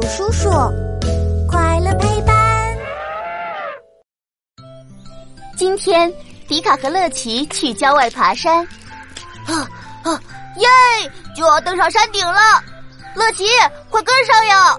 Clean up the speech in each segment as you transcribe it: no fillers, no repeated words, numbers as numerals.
叔叔，快乐陪伴。 今天迪卡和乐奇去郊外爬山。 耶！就要登上山顶了，乐奇，快跟上呀！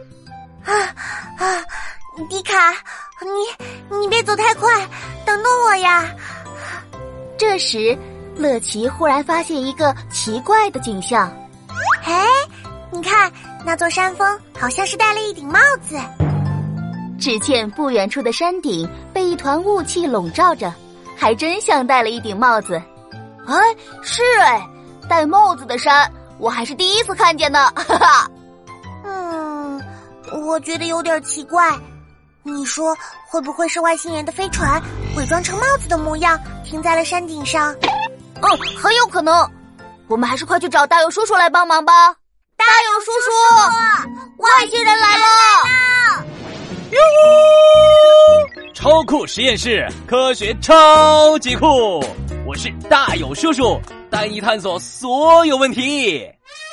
迪卡，你别走太快，等等我呀。 这时，乐奇忽然发现一个奇怪的景象。 哎，你看，那座山峰好像是戴了一顶帽子。 只见不远处的山顶被一团雾气笼罩着，还真像戴了一顶帽子。 哎，是哎，戴帽子的山，我还是第一次看见呢，哈哈。 我觉得有点奇怪。你说会不会是外星人的飞船伪装成帽子的模样停在了山顶上？ 很有可能。我们还是快去找大友叔叔来帮忙吧。大友叔叔，外星人来了！ 哟呼！超酷实验室，科学超级酷！我是大友叔叔，带你探索所有问题。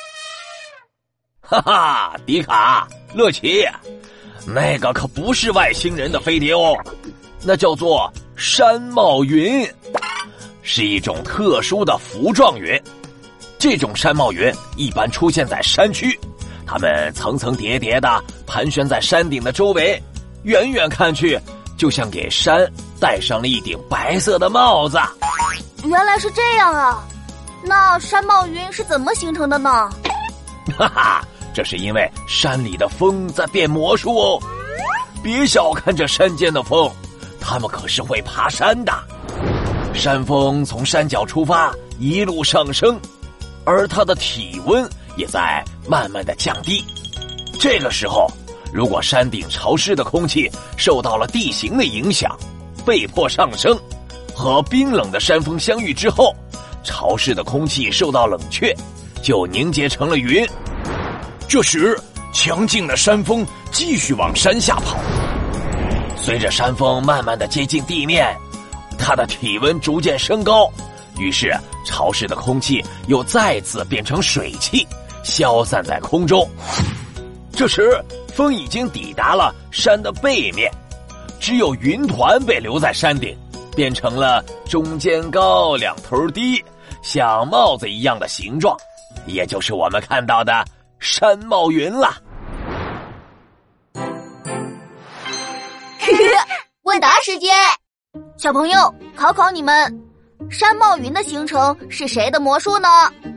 哈哈，迪卡，乐奇，那个可不是外星人的飞碟哦，那叫做山帽云，是一种特殊的幅状云。这种山帽云一般出现在山区，它们层层叠叠地盘旋在山顶的周围，远远看去就像给山戴上了一顶白色的帽子。 原来是这样啊，那山帽云是怎么形成的呢？ 哈哈，这是因为山里的风在变魔术哦。别小看这山间的风，它们可是会爬山的。山风从山脚出发，一路上升，而它的体温也在慢慢的降低。这个时候，如果山顶潮湿的空气受到了地形的影响，被迫上升，和冰冷的山峰相遇之后，潮湿的空气受到冷却，就凝结成了云。这时，强劲的山风继续往山下跑。随着山风慢慢的接近地面，它的体温逐渐升高，于是潮湿的空气又再次变成水汽，消散在空中。这时，风已经抵达了山的背面，只有云团被留在山顶，变成了中间高两头低，像帽子一样的形状，也就是我们看到的山帽云了。 问答时间，小朋友，考考你们，山帽云的形成是谁的魔术呢？